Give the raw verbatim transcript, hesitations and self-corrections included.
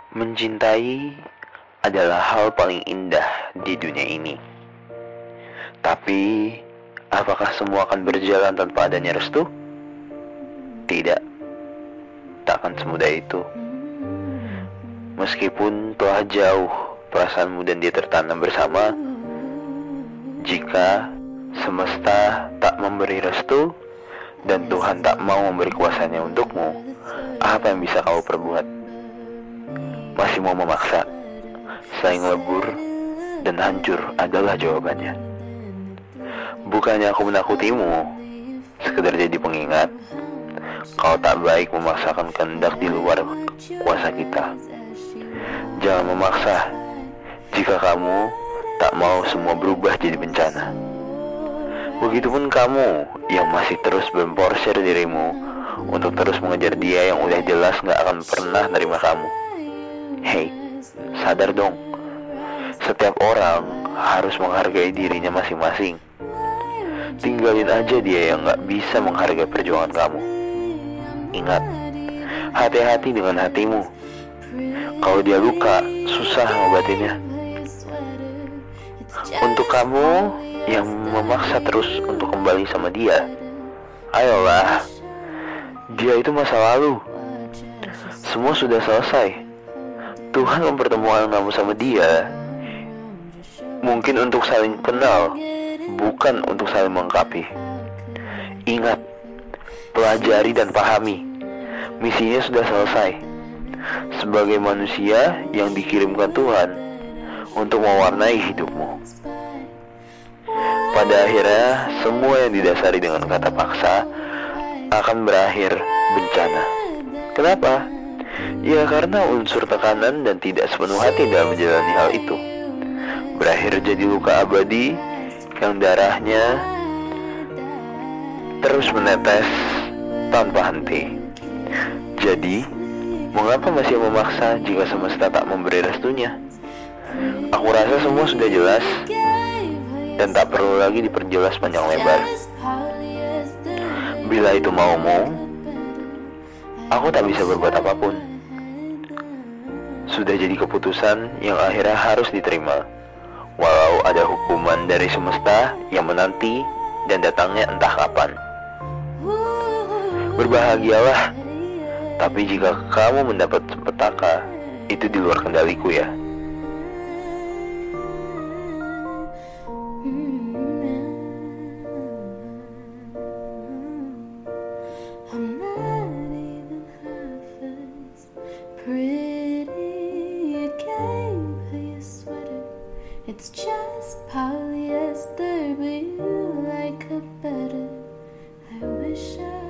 Mencintai adalah hal paling indah di dunia ini. Tapi, apakah semua akan berjalan tanpa adanya restu? Tidak, tak akan semudah itu. Meskipun telah jauh perasaanmu dan dia tertanam bersama, jika semesta tak memberi restu dan Tuhan tak mau memberi kuasanya untukmu, apa yang bisa kamu perbuat? Masih mau memaksa? Selain lebur dan hancur adalah jawabannya. Bukannya aku menakutimu, sekedar jadi pengingat. Kau tak baik memaksakan kehendak di luar kuasa kita. Jangan memaksa jika kamu tak mau semua berubah jadi bencana. Begitupun kamu yang masih terus memporsir dirimu untuk terus mengejar dia yang udah jelas gak akan pernah nerima kamu. Hei, sadar dong. Setiap orang harus menghargai dirinya masing-masing. Tinggalin aja dia yang gak bisa menghargai perjuangan kamu. Ingat, hati-hati dengan hatimu. Kalau dia luka, susah ngobatinnya. Untuk kamu yang memaksa terus untuk kembali sama dia, ayolah. Dia itu masa lalu. Semua sudah selesai. Tuhan mempertemukan kamu sama dia mungkin untuk saling kenal, bukan untuk saling melengkapi. Ingat, pelajari dan pahami, misinya sudah selesai. Sebagai manusia yang dikirimkan Tuhan untuk mewarnai hidupmu. Pada akhirnya, semua yang didasari dengan kata paksa akan berakhir bencana. Kenapa? Ya karena unsur tekanan dan tidak sepenuh hati dalam menjalani hal itu berakhir jadi luka abadi yang darahnya terus menetes tanpa henti. Jadi, mengapa masih memaksa jika semesta tak memberi restunya? Aku rasa semua sudah jelas dan tak perlu lagi diperjelas panjang lebar. Bila itu maumu, aku tak bisa berbuat apapun. Sudah jadi keputusan yang akhirnya harus diterima, walau ada hukuman dari semesta yang menanti dan datangnya entah kapan. Berbahagialah, tapi jika kamu mendapat petaka, itu di luar kendaliku ya. It's just polyester, but you like it better. I wish I